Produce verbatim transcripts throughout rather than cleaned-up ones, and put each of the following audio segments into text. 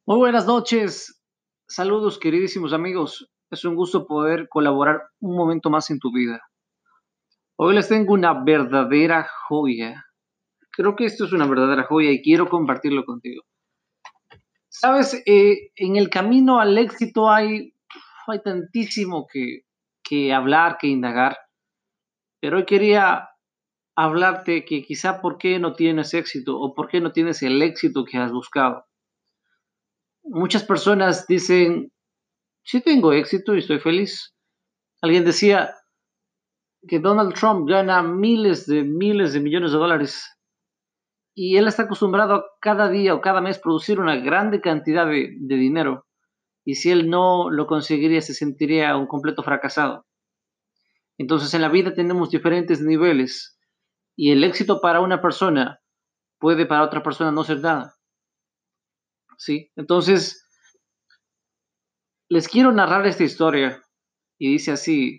Muy buenas noches. Saludos, queridísimos amigos. Es un gusto poder colaborar un momento más en tu vida. Hoy les tengo una verdadera joya. Creo que esto es una verdadera joya y quiero compartirlo contigo. Sabes, Eh, en el camino al éxito hay, hay tantísimo que, que hablar, que indagar, pero hoy quería hablarte que quizá por qué no tienes éxito o por qué no tienes el éxito que has buscado. Muchas personas dicen, sí tengo éxito y estoy feliz. Alguien decía que Donald Trump gana miles de miles de millones de dólares y él está acostumbrado a cada día o cada mes producir una grande cantidad de, de dinero, y si él no lo conseguiría se sentiría un completo fracasado. Entonces en la vida tenemos diferentes niveles y el éxito para una persona puede para otra persona no ser nada, ¿sí? Entonces les quiero narrar esta historia y dice así: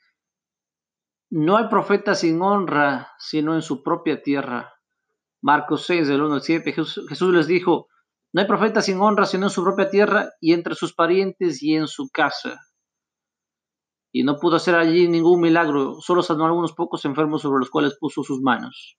no hay profeta sin honra sino en su propia tierra. Marcos seis, del uno al siete, Jesús, Jesús les dijo, no hay profeta sin honra sino en su propia tierra y entre sus parientes y en su casa. Y no pudo hacer allí ningún milagro, solo sanó a algunos pocos enfermos sobre los cuales puso sus manos.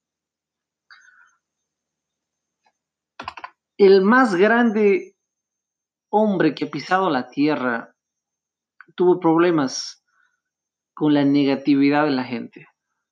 El más grande hombre que ha pisado la tierra tuvo problemas con la negatividad de la gente.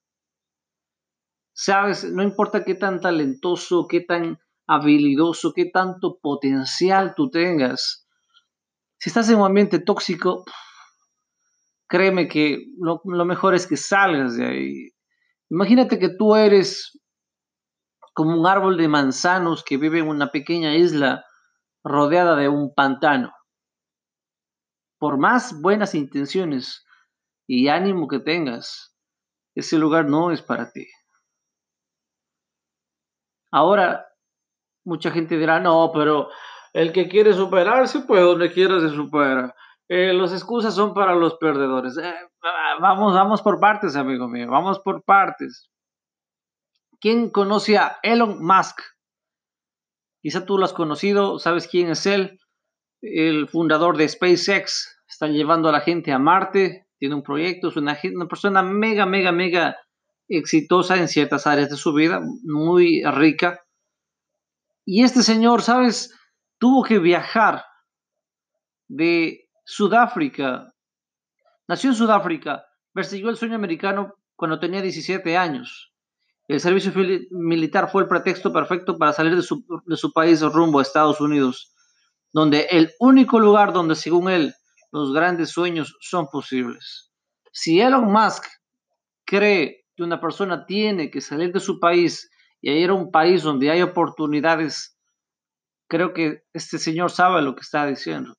Sabes, no importa qué tan talentoso, qué tan habilidoso, qué tanto potencial tú tengas, si estás en un ambiente tóxico, créeme que lo, lo mejor es que salgas de ahí. Imagínate que tú eres como un árbol de manzanos que vive en una pequeña isla rodeada de un pantano. Por más buenas intenciones y ánimo que tengas, ese lugar no es para ti. Ahora, mucha gente dirá, no, pero el que quiere superarse, pues donde quiera se supera. Eh, las excusas son para los perdedores. Eh, vamos, vamos por partes, amigo mío, vamos por partes. ¿Quién conoce a Elon Musk? Quizá tú lo has conocido, sabes quién es él, el fundador de SpaceX. Está llevando a la gente a Marte, tiene un proyecto, es una, una persona mega, mega, mega exitosa en ciertas áreas de su vida, muy rica. Y este señor, ¿sabes? Tuvo que viajar de Sudáfrica, nació en Sudáfrica, persiguió el sueño americano cuando tenía diecisiete años. El servicio militar fue el pretexto perfecto para salir de su, de su país rumbo a Estados Unidos, donde el único lugar donde, según él, los grandes sueños son posibles. Si Elon Musk cree que una persona tiene que salir de su país y ir a un país donde hay oportunidades, creo que este señor sabe lo que está diciendo.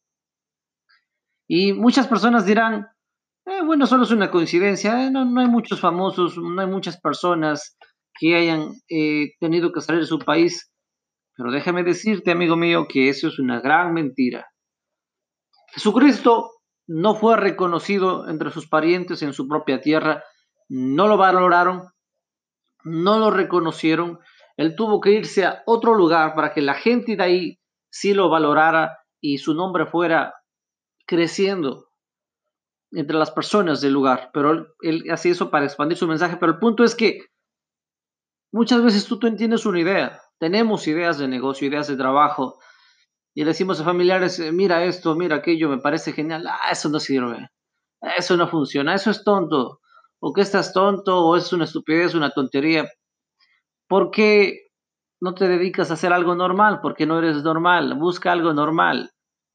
Y muchas personas dirán, eh, bueno, solo es una coincidencia, eh, no, no hay muchos famosos, no hay muchas personas que hayan eh, tenido que salir de su país, pero déjame decirte, amigo mío, que eso es una gran mentira. Jesucristo no fue reconocido entre sus parientes en su propia tierra, no lo valoraron, no lo reconocieron, él tuvo que irse a otro lugar para que la gente de ahí sí lo valorara y su nombre fuera creciendo entre las personas del lugar, pero él, él hacía eso para expandir su mensaje, pero el punto es que muchas veces tú, tú entiendes una idea, tenemos ideas de negocio, ideas de trabajo, y le decimos a familiares, eh, mira esto, mira aquello, me parece genial, ah, eso no sirve, eso no funciona, eso es tonto, o que estás tonto, o es una estupidez, una tontería. ¿Por qué no te dedicas a hacer algo normal? Porque no eres normal, busca algo normal.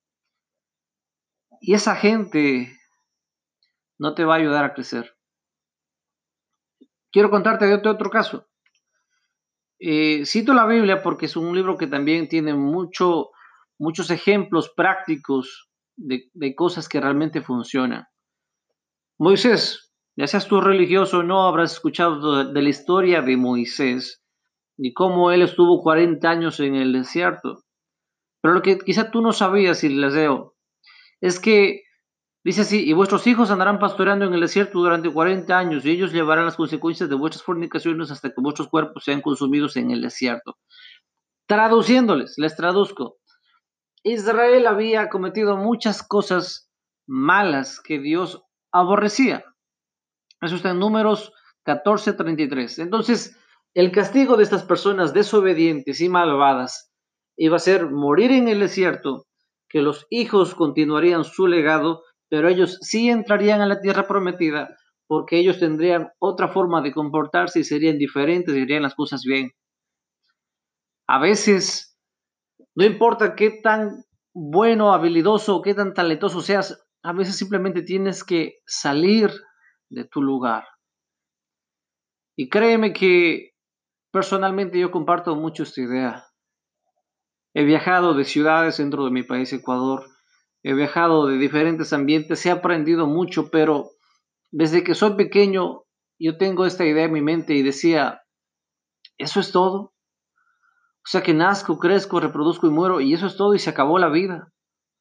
Y esa gente no te va a ayudar a crecer. Quiero contarte de otro, otro caso. Eh, cito la Biblia porque es un libro que también tiene mucho, muchos ejemplos prácticos de, de cosas que realmente funcionan. Moisés, ya seas tú religioso o no, habrás escuchado de, de la historia de Moisés y cómo él estuvo cuarenta años en el desierto. Pero lo que quizá tú no sabías, y les leo, es que dice así, y vuestros hijos andarán pastoreando en el desierto durante cuarenta años, y ellos llevarán las consecuencias de vuestras fornicaciones hasta que vuestros cuerpos sean consumidos en el desierto. Traduciéndoles, les traduzco. Israel había cometido muchas cosas malas que Dios aborrecía. Eso está en Números catorce treinta y tres. Entonces, el castigo de estas personas desobedientes y malvadas iba a ser morir en el desierto, que los hijos continuarían su legado, pero ellos sí entrarían a la tierra prometida porque ellos tendrían otra forma de comportarse y serían diferentes y harían las cosas bien. A veces, no importa qué tan bueno, habilidoso o qué tan talentoso seas, a veces simplemente tienes que salir de tu lugar. Y créeme que personalmente yo comparto mucho esta idea. He viajado de ciudades dentro de mi país, Ecuador. He viajado de diferentes ambientes, he aprendido mucho, pero desde que soy pequeño yo tengo esta idea en mi mente y decía, ¿eso es todo? O sea que nazco, crezco, reproduzco y muero y eso es todo y se acabó la vida.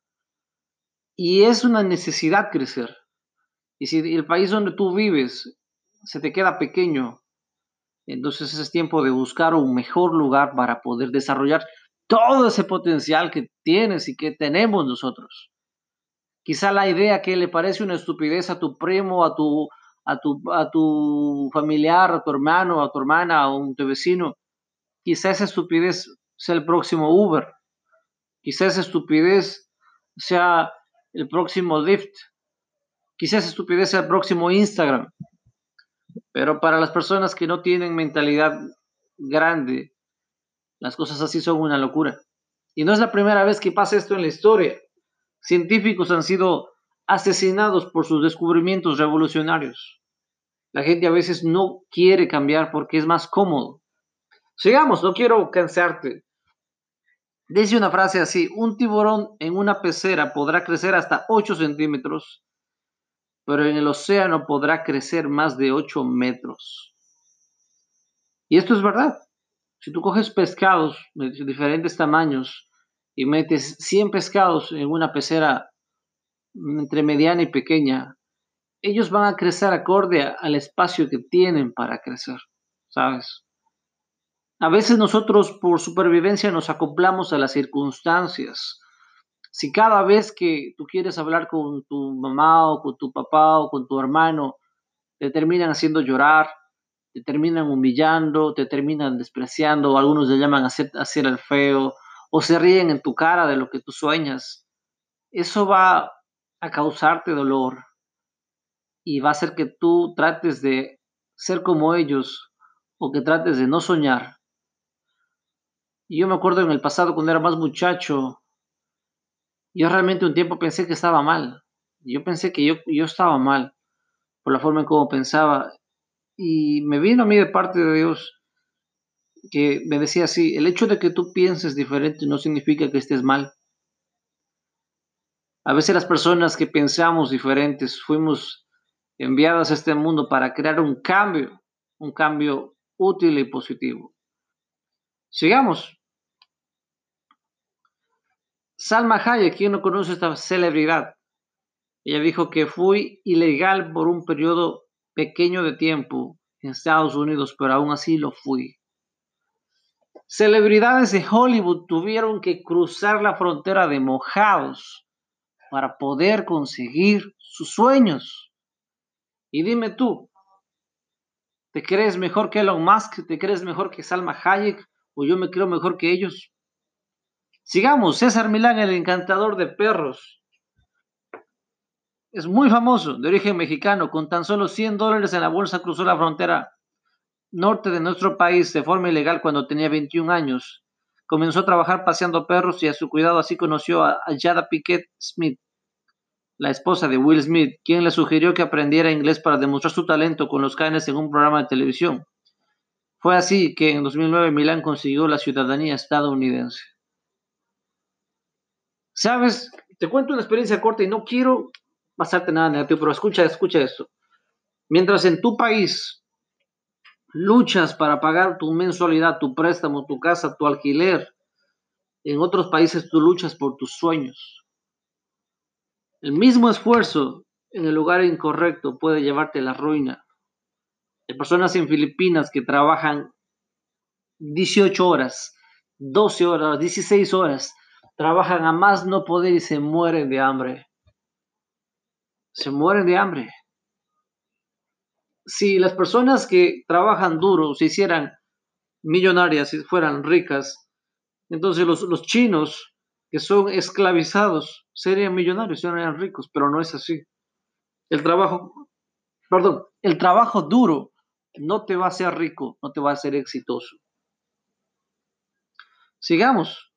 Y es una necesidad crecer. Y si el país donde tú vives se te queda pequeño, entonces es tiempo de buscar un mejor lugar para poder desarrollar todo ese potencial que tienes y que tenemos nosotros. Quizá la idea que le parece una estupidez a tu primo, a tu, a tu, a tu familiar, a tu hermano, a tu hermana, a un tu vecino, quizá esa estupidez sea el próximo Uber, quizá esa estupidez sea el próximo Lyft, quizá esa estupidez sea el próximo Instagram, pero para las personas que no tienen mentalidad grande, las cosas así son una locura. Y no es la primera vez que pasa esto en la historia. Científicos han sido asesinados por sus descubrimientos revolucionarios. La gente a veces no quiere cambiar porque es más cómodo. Sigamos, no quiero cansarte. Dice una frase así, un tiburón en una pecera podrá crecer hasta ocho centímetros, pero en el océano podrá crecer más de ocho metros. Y esto es verdad. Si tú coges pescados de diferentes tamaños y metes cien pescados en una pecera entre mediana y pequeña, ellos van a crecer acorde al espacio que tienen para crecer, ¿sabes? A veces nosotros por supervivencia nos acoplamos a las circunstancias. Si cada vez que tú quieres hablar con tu mamá o con tu papá o con tu hermano, te terminan haciendo llorar, te terminan humillando, te terminan despreciando, o algunos le llaman a hacer, a hacer el feo, o se ríen en tu cara de lo que tú sueñas, eso va a causarte dolor y va a hacer que tú trates de ser como ellos o que trates de no soñar. Y yo me acuerdo en el pasado cuando era más muchacho, yo realmente un tiempo pensé que estaba mal. Yo pensé que yo, yo estaba mal por la forma en cómo pensaba. Y me vino a mí de parte de Dios que me decía así, el hecho de que tú pienses diferente no significa que estés mal. A veces las personas que pensamos diferentes fuimos enviadas a este mundo para crear un cambio, un cambio útil y positivo. Sigamos. Salma Hayek, ¿quién no conoce esta celebridad? Ella dijo que fui ilegal por un periodo pequeño de tiempo en Estados Unidos, pero aún así lo fui. Celebridades de Hollywood tuvieron que cruzar la frontera de mojados para poder conseguir sus sueños. Y dime tú, ¿te crees mejor que Elon Musk? ¿Te crees mejor que Salma Hayek? ¿O yo me creo mejor que ellos? Sigamos, César Milán, el encantador de perros. Es muy famoso, de origen mexicano, con tan solo cien dólares en la bolsa cruzó la frontera norte de nuestro país de forma ilegal cuando tenía veintiún años. Comenzó a trabajar paseando perros y a su cuidado así conoció a, a Jada Pinkett Smith, la esposa de Will Smith, quien le sugirió que aprendiera inglés para demostrar su talento con los canes en un programa de televisión. Fue así que en dos mil nueve Milán consiguió la ciudadanía estadounidense. ¿Sabes? Te cuento una experiencia corta y no quiero pasarte nada negativo, pero escucha, escucha esto. Mientras en tu país luchas para pagar tu mensualidad, tu préstamo, tu casa, tu alquiler, en otros países tú luchas por tus sueños. El mismo esfuerzo en el lugar incorrecto puede llevarte a la ruina. Hay personas en Filipinas que trabajan dieciocho horas, doce horas, dieciséis horas, trabajan a más no poder y se mueren de hambre. Se mueren de hambre. Si las personas que trabajan duro se hicieran millonarias, si fueran ricas, entonces los, los chinos que son esclavizados serían millonarios, serían ricos, pero no es así. El trabajo, perdón, el trabajo duro no te va a hacer rico, no te va a hacer exitoso. Sigamos.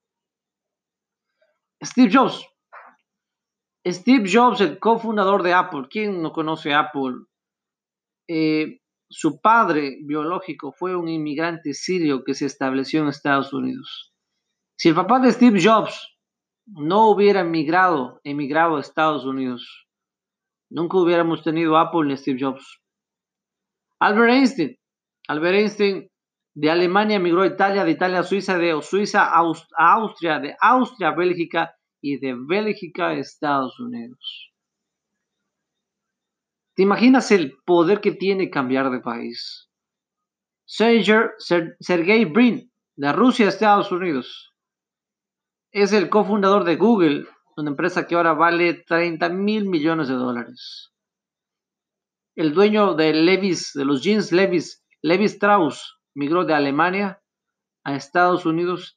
Steve Jobs. Steve Jobs, el cofundador de Apple. ¿Quién no conoce Apple? Eh, su padre biológico fue un inmigrante sirio que se estableció en Estados Unidos. Si el papá de Steve Jobs no hubiera emigrado, emigrado a Estados Unidos, nunca hubiéramos tenido Apple ni Steve Jobs. Albert Einstein. Albert Einstein de Alemania emigró a Italia, de Italia a Suiza, de Suiza a Austria, de Austria a Bélgica y de Bélgica a Estados Unidos. ¿Te imaginas el poder que tiene cambiar de país? Sergey, Sergey Brin, de Rusia a Estados Unidos. Es el cofundador de Google, una empresa que ahora vale treinta mil millones de dólares. El dueño de Levi's, de los jeans Levi's, Levi Strauss, migró de Alemania a Estados Unidos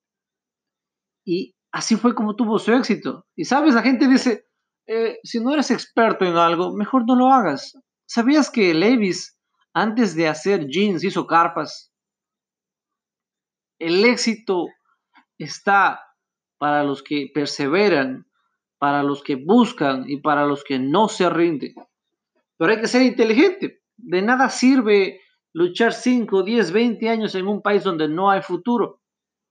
y así fue como tuvo su éxito. Y sabes, la gente dice, eh, si no eres experto en algo, mejor no lo hagas. ¿Sabías que Levi's, antes de hacer jeans, hizo carpas? El éxito está para los que perseveran, para los que buscan y para los que no se rinden. Pero hay que ser inteligente. De nada sirve luchar cinco, diez, veinte años en un país donde no hay futuro.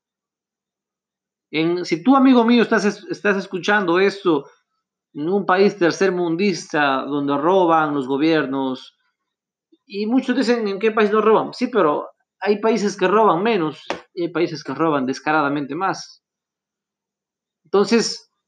En, si tú, amigo mío, estás, estás escuchando esto en un país tercermundista donde roban los gobiernos, y muchos dicen, ¿en qué país no roban? Sí, pero hay países que roban menos y hay países que roban descaradamente más. Entonces,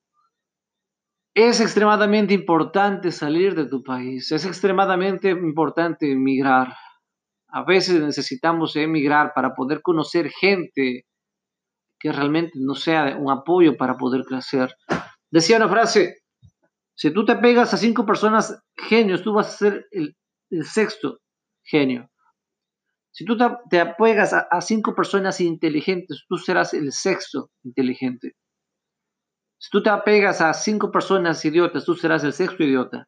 es extremadamente importante salir de tu país, es extremadamente importante emigrar. A veces necesitamos emigrar para poder conocer gente que realmente nos sea un apoyo para poder crecer. Decía una frase, si tú te pegas a cinco personas genios, tú vas a ser el, el sexto genio. Si tú te, te apegas a, a cinco personas inteligentes, tú serás el sexto inteligente. Si tú te apegas a cinco personas idiotas, tú serás el sexto idiota.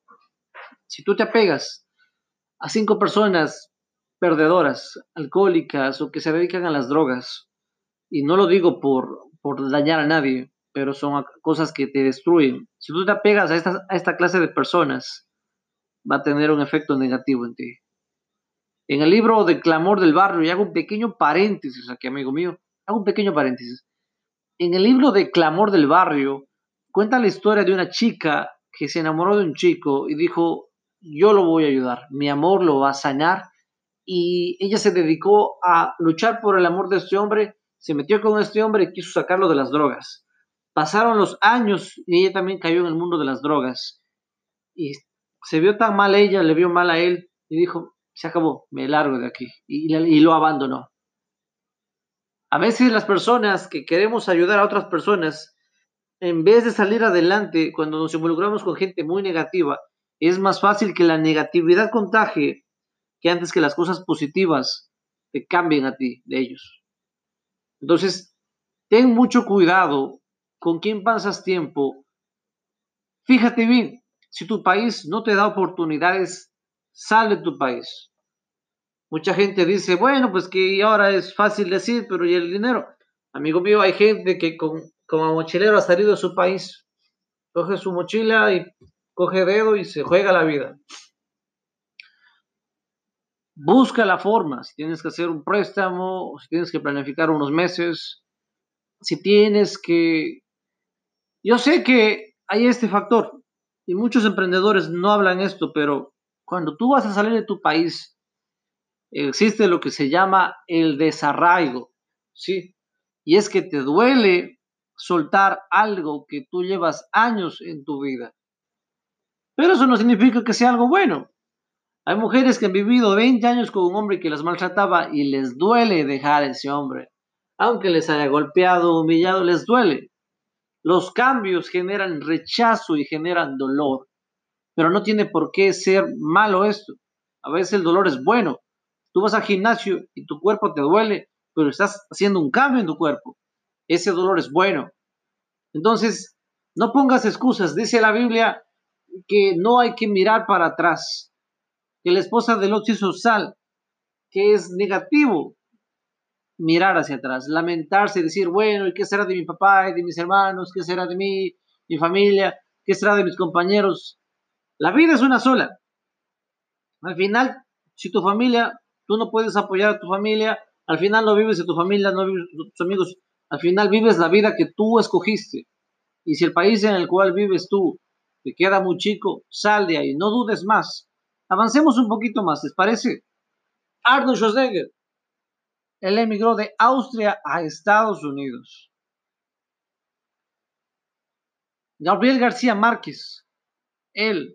Si tú te apegas a cinco personas perdedoras, alcohólicas o que se dedican a las drogas, y no lo digo por, por dañar a nadie, pero son cosas que te destruyen. Si tú te apegas a esta, a esta clase de personas, va a tener un efecto negativo en ti. En el libro de Clamor del Barrio, y hago un pequeño paréntesis aquí, amigo mío, hago un pequeño paréntesis. En el libro de Clamor del Barrio, cuenta la historia de una chica que se enamoró de un chico y dijo, yo lo voy a ayudar, mi amor lo va a sanar, y ella se dedicó a luchar por el amor de este hombre, se metió con este hombre y quiso sacarlo de las drogas. Pasaron los años y ella también cayó en el mundo de las drogas. Y se vio tan mal ella, le vio mal a él y dijo, se acabó, me largo de aquí. Y, y lo abandonó. A veces las personas que queremos ayudar a otras personas, en vez de salir adelante cuando nos involucramos con gente muy negativa, es más fácil que la negatividad contagie que antes que las cosas positivas te cambien a ti, de ellos. Entonces, ten mucho cuidado con quién pasas tiempo. Fíjate bien, si tu país no te da oportunidades, sal de tu país. Mucha gente dice, bueno, pues que ahora es fácil decir, pero ¿y el dinero? Amigo mío, hay gente que con, como mochilero ha salido de su país, coge su mochila y coge dedo y se juega la vida. Busca la forma, si tienes que hacer un préstamo, si tienes que planificar unos meses, si tienes que... Yo sé que hay este factor y muchos emprendedores no hablan esto, pero cuando tú vas a salir de tu país, existe lo que se llama el desarraigo, ¿sí? Y es que te duele soltar algo que tú llevas años en tu vida. Pero eso no significa que sea algo bueno. Hay mujeres que han vivido veinte años con un hombre que las maltrataba y les duele dejar a ese hombre. Aunque les haya golpeado, humillado, les duele. Los cambios generan rechazo y generan dolor, pero no tiene por qué ser malo esto. A veces el dolor es bueno. Tú vas al gimnasio y tu cuerpo te duele, pero estás haciendo un cambio en tu cuerpo. Ese dolor es bueno. Entonces, no pongas excusas. Dice la Biblia que no hay que mirar para atrás, que la esposa de Lot hizo sal, que es negativo mirar hacia atrás, lamentarse, decir, bueno, ¿y qué será de mi papá y de mis hermanos? ¿Qué será de mí, mi familia? ¿Qué será de mis compañeros? La vida es una sola. Al final, si tu familia, tú no puedes apoyar a tu familia, al final no vives de tu familia, no vives de tus amigos, al final vives la vida que tú escogiste. Y si el país en el cual vives tú te queda muy chico, sal de ahí, no dudes más. Avancemos un poquito más, ¿les parece? Arnold Schwarzenegger, él emigró de Austria a Estados Unidos. Gabriel García Márquez, él,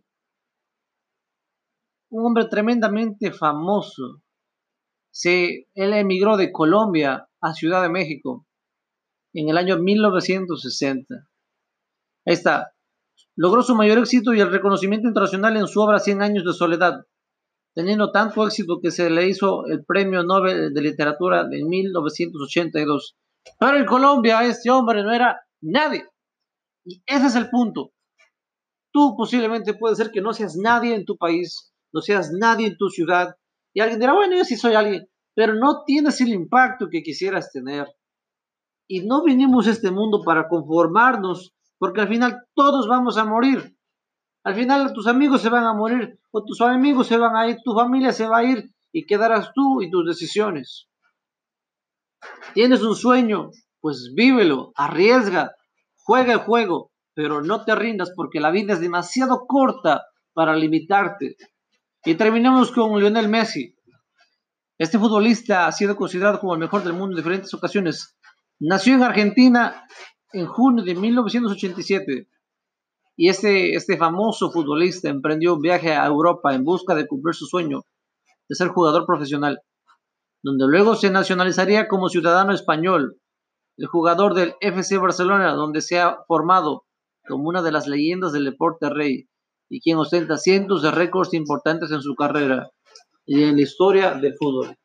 un hombre tremendamente famoso, se, él emigró de Colombia a Ciudad de México en el año mil novecientos sesenta. Ahí está. Logró su mayor éxito y el reconocimiento internacional en su obra Cien años de soledad, teniendo tanto éxito que se le hizo el Premio Nobel de Literatura de mil novecientos ochenta y dos. Pero en Colombia este hombre no era nadie. Y ese es el punto. Tú posiblemente puede ser que no seas nadie en tu país, no seas nadie en tu ciudad, y alguien dirá, bueno, yo sí soy alguien, pero no tienes el impacto que quisieras tener. Y no vinimos a este mundo para conformarnos, porque al final todos vamos a morir. Al final tus amigos se van a morir, o tus amigos se van a ir, tu familia se va a ir, y quedarás tú y tus decisiones. Tienes un sueño, pues vívelo, arriesga, juega el juego, pero no te rindas porque la vida es demasiado corta para limitarte. Y terminamos con Lionel Messi. Este futbolista ha sido considerado como el mejor del mundo en diferentes ocasiones. Nació en Argentina en junio de mil novecientos ochenta y siete y este, este famoso futbolista emprendió un viaje a Europa en busca de cumplir su sueño de ser jugador profesional, donde luego se nacionalizaría como ciudadano español. El jugador del F C Barcelona, donde se ha formado como una de las leyendas del deporte rey y quien ostenta cientos de récords importantes en su carrera y en la historia del fútbol.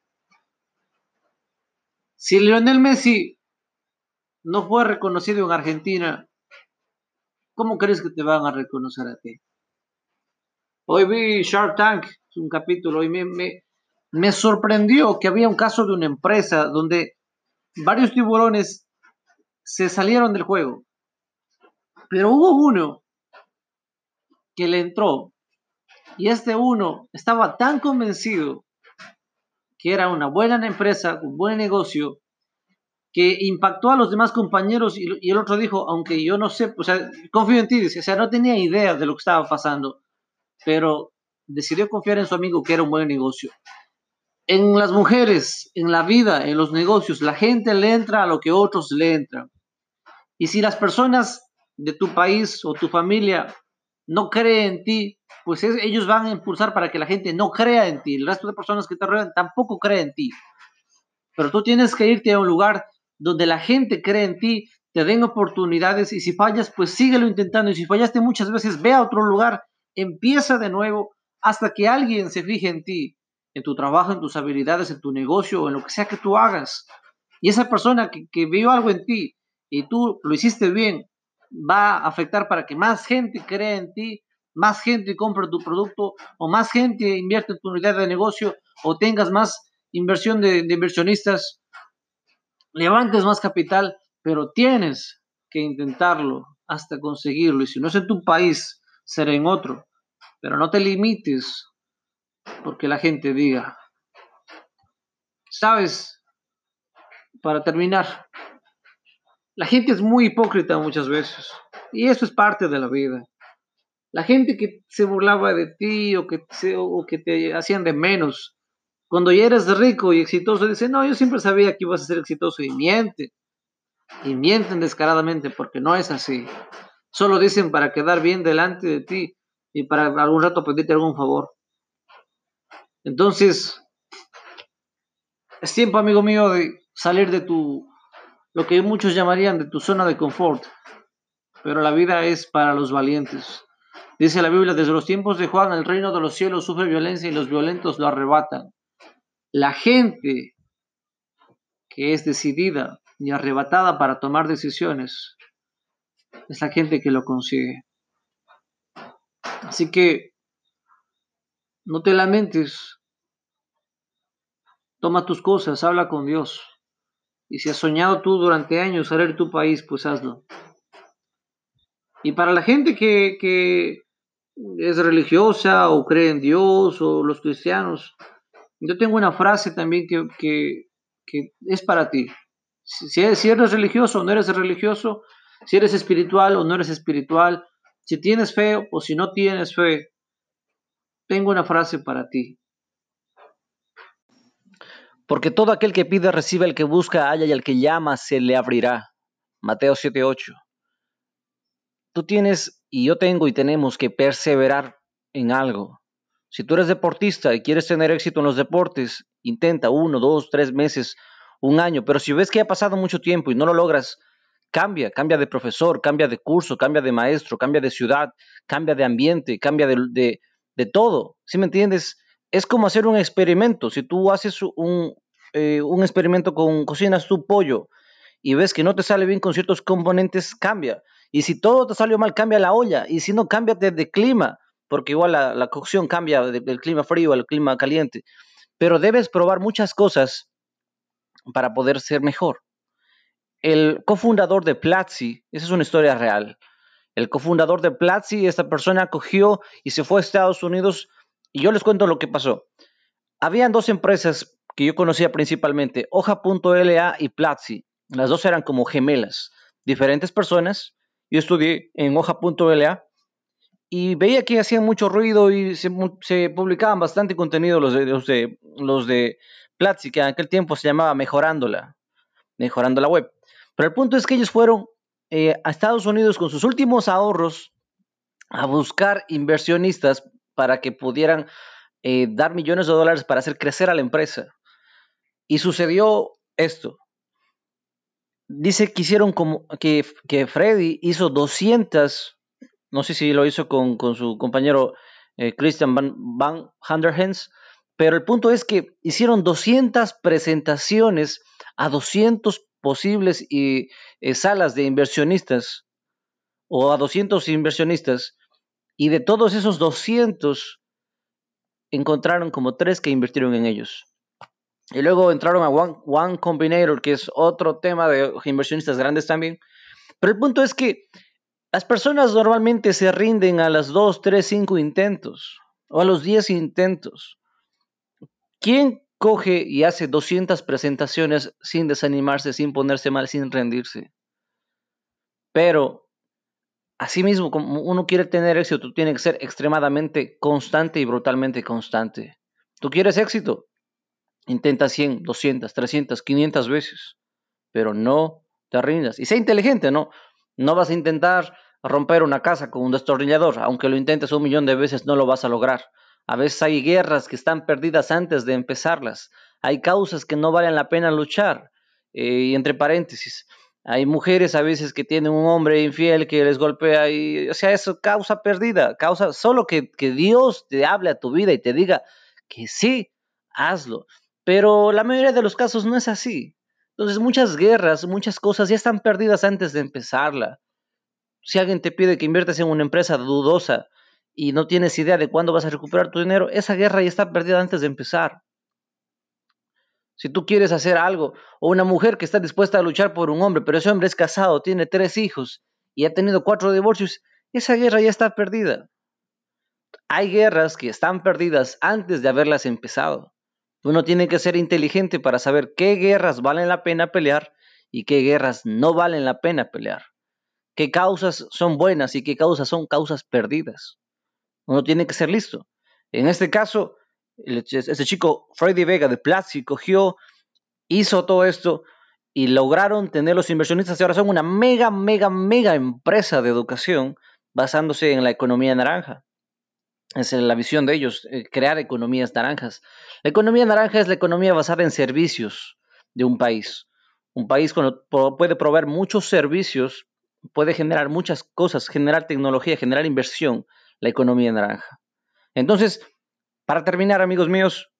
Si Lionel Messi no fue reconocido en Argentina, ¿cómo crees que te van a reconocer a ti? Hoy vi Shark Tank, un capítulo, y me, me, me sorprendió que había un caso de una empresa donde varios tiburones se salieron del juego, pero hubo uno que le entró. Y este uno estaba tan convencido que era una buena empresa, un buen negocio, que impactó a los demás compañeros y, y el otro dijo, aunque yo no sé, o sea, confío en ti, dice, o sea, no tenía idea de lo que estaba pasando, pero decidió confiar en su amigo que era un buen negocio. En las mujeres, en la vida, en los negocios, la gente le entra a lo que otros le entran. Y si las personas de tu país o tu familia no creen en ti, pues es, ellos van a impulsar para que la gente no crea en ti. El resto de personas que te rodean tampoco creen en ti. Pero tú tienes que irte a un lugar donde la gente cree en ti, te den oportunidades y si fallas, pues síguelo intentando. Y si fallaste muchas veces, ve a otro lugar, empieza de nuevo hasta que alguien se fije en ti, en tu trabajo, en tus habilidades, en tu negocio, en lo que sea que tú hagas. Y esa persona que, que vio algo en ti y tú lo hiciste bien, va a afectar para que más gente crea en ti, más gente compre tu producto o más gente invierte en tu unidad de negocio o tengas más inversión de, de inversionistas, levantes más capital, pero tienes que intentarlo hasta conseguirlo. Y si no es en tu país, será en otro. Pero no te limites porque la gente diga. ¿Sabes? Para terminar, la gente es muy hipócrita muchas veces. Y eso es parte de la vida. La gente que se burlaba de ti o que, se, o que te hacían de menos, cuando ya eres rico y exitoso, dice, no, yo siempre sabía que ibas a ser exitoso y miente. Y mienten descaradamente porque no es así. Solo dicen para quedar bien delante de ti y para algún rato pedirte algún favor. Entonces, es tiempo, amigo mío, de salir de tu, lo que muchos llamarían de tu zona de confort pero la vida es para los valientes. Dice la Biblia, desde los tiempos de Juan, el reino de los cielos sufre violencia y los violentos lo arrebatan. La gente que es decidida y arrebatada para tomar decisiones es la gente que lo consigue. Así que no te lamentes, toma tus cosas, habla con Dios. Y si has soñado tú durante años salir de tu país, pues hazlo. Y para la gente que, que es religiosa o cree en Dios o los cristianos, yo tengo una frase también que, que, que es para ti. Si, si eres, si eres religioso o no eres religioso, si eres espiritual o no eres espiritual, si tienes fe o si no tienes fe, tengo una frase para ti. Porque todo aquel que pide recibe, el que busca halla y al que llama se le abrirá. Mateo siete ocho. Tú tienes y yo tengo y tenemos que perseverar en algo. Si tú eres deportista y quieres tener éxito en los deportes, intenta uno, dos, tres meses, un año, pero si ves que ha pasado mucho tiempo y no lo logras, cambia, cambia de profesor, cambia de curso, cambia de maestro, cambia de ciudad, cambia de ambiente, cambia de, de, de todo. ¿Sí me entiendes? Es como hacer un experimento. Si tú haces un, eh, un experimento con, cocinas tu pollo y ves que no te sale bien con ciertos componentes, cambia. Y si todo te salió mal, cambia la olla. Y si no, cámbiate de clima, porque igual la, la cocción cambia de- del clima frío al clima caliente. Pero debes probar muchas cosas para poder ser mejor. El cofundador de Platzi, esa es una historia real. El cofundador de Platzi, esta persona cogió y se fue a Estados Unidos. Y yo les cuento lo que pasó. Habían dos empresas que yo conocía principalmente, hoja punto L A y Platzi. Las dos eran como gemelas, diferentes personas. Yo estudié en hoja punto L A y veía que hacían mucho ruido y se, se publicaban bastante contenido los de, los de, los de Platzi, que en aquel tiempo se llamaba Mejorándola, Mejorando la Web. Pero el punto es que ellos fueron eh, a Estados Unidos con sus últimos ahorros a buscar inversionistas para que pudieran eh, dar millones de dólares para hacer crecer a la empresa. Y sucedió esto. Dice que hicieron como que, que Freddy hizo doscientas, no sé si lo hizo con, con su compañero eh, Christian Van, Van Handerhens, pero el punto es que hicieron doscientas presentaciones a doscientos posibles y, eh, salas de inversionistas o a doscientos inversionistas, y de todos esos doscientos encontraron como tres que invirtieron en ellos. Y luego entraron a One, One Combinator, que es otro tema de inversionistas grandes también. Pero el punto es que las personas normalmente se rinden a las dos, tres, cinco intentos o a los diez intentos. ¿Quién coge y hace doscientas presentaciones sin desanimarse, sin ponerse mal, sin rendirse? Pero asimismo, como uno quiere tener éxito, tú tienes que ser extremadamente constante y brutalmente constante. ¿Tú quieres éxito? Intenta cien, doscientas, trescientas, quinientas veces, pero no te rindas. Y sé inteligente, ¿no? No vas a intentar romper una casa con un destornillador, aunque lo intentes un millón de veces, no lo vas a lograr. A veces hay guerras que están perdidas antes de empezarlas. Hay causas que no valen la pena luchar. Eh, y entre paréntesis, hay mujeres a veces que tienen un hombre infiel que les golpea y, o sea, eso causa perdida, causa solo que, que Dios te hable a tu vida y te diga que sí, hazlo. Pero la mayoría de los casos no es así. Entonces muchas guerras, muchas cosas ya están perdidas antes de empezarla. Si alguien te pide que inviertas en una empresa dudosa y no tienes idea de cuándo vas a recuperar tu dinero, esa guerra ya está perdida antes de empezar. Si tú quieres hacer algo, o una mujer que está dispuesta a luchar por un hombre, pero ese hombre es casado, tiene tres hijos y ha tenido cuatro divorcios, esa guerra ya está perdida. Hay guerras que están perdidas antes de haberlas empezado. Uno tiene que ser inteligente para saber qué guerras valen la pena pelear y qué guerras no valen la pena pelear. Qué causas son buenas y qué causas son causas perdidas. Uno tiene que ser listo. En este caso, ese chico Freddy Vega de Platzi cogió, hizo todo esto y lograron tener los inversionistas y ahora son una mega, mega, mega empresa de educación basándose en la economía naranja. Esa es la visión de ellos, eh, crear economías naranjas. La economía naranja es la economía basada en servicios de un país. Un país cuando puede proveer muchos servicios puede generar muchas cosas, generar tecnología, generar inversión, la economía naranja. Entonces, para terminar, amigos míos,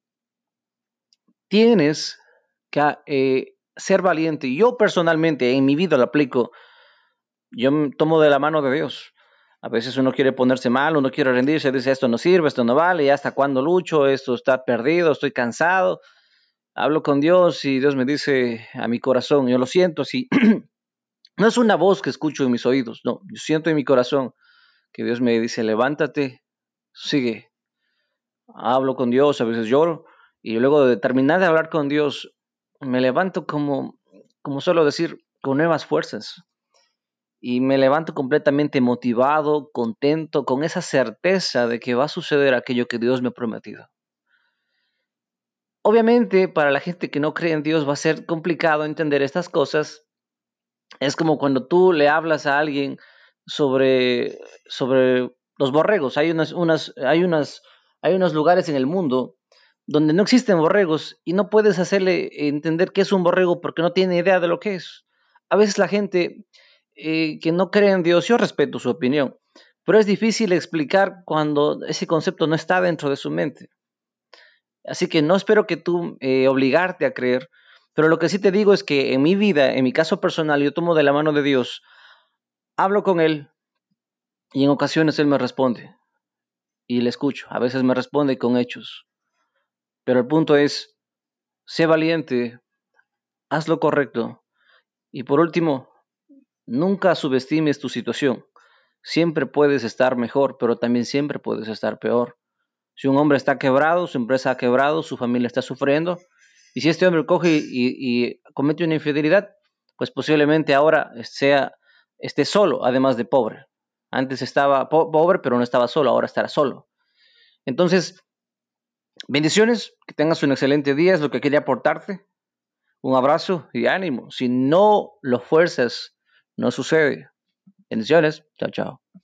tienes que eh, ser valiente. Yo personalmente en mi vida lo aplico. Yo me tomo de la mano de Dios. A veces uno quiere ponerse mal, uno quiere rendirse, dice esto no sirve, esto no vale, ya hasta cuándo lucho, esto está perdido, estoy cansado. Hablo con Dios y Dios me dice a mi corazón, yo lo siento, sí. No es una voz que escucho en mis oídos, no, yo siento en mi corazón que Dios me dice, levántate, sigue. Hablo con Dios, a veces lloro y luego de terminar de hablar con Dios, me levanto como, como suelo decir, con nuevas fuerzas y me levanto completamente motivado, contento, con esa certeza de que va a suceder aquello que Dios me ha prometido. Obviamente, para la gente que no cree en Dios va a ser complicado entender estas cosas. Es como cuando tú le hablas a alguien sobre, sobre los borregos. Hay unas, unas, hay unas, hay unos lugares en el mundo donde no existen borregos y no puedes hacerle entender qué es un borrego porque no tiene idea de lo que es. A veces la gente eh, que no cree en Dios, yo respeto su opinión, pero es difícil explicar cuando ese concepto no está dentro de su mente. Así que no espero que tú eh, obligarte a creer, pero lo que sí te digo es que en mi vida, en mi caso personal, yo tomo de la mano de Dios, hablo con Él y en ocasiones Él me responde y le escucho. A veces me responde con hechos, pero el punto es, sé valiente, haz lo correcto y por último, nunca subestimes tu situación. Siempre puedes estar mejor, pero también siempre puedes estar peor. Si un hombre está quebrado, su empresa ha quebrado, su familia está sufriendo, y si este hombre coge y, y comete una infidelidad, pues posiblemente ahora sea, esté solo, además de pobre. Antes estaba po pobre, pero no estaba solo, ahora estará solo. Entonces, bendiciones, que tengas un excelente día, es lo que quería aportarte. Un abrazo y ánimo. Si no lo fuerzas, no sucede. Bendiciones. Chao, chao.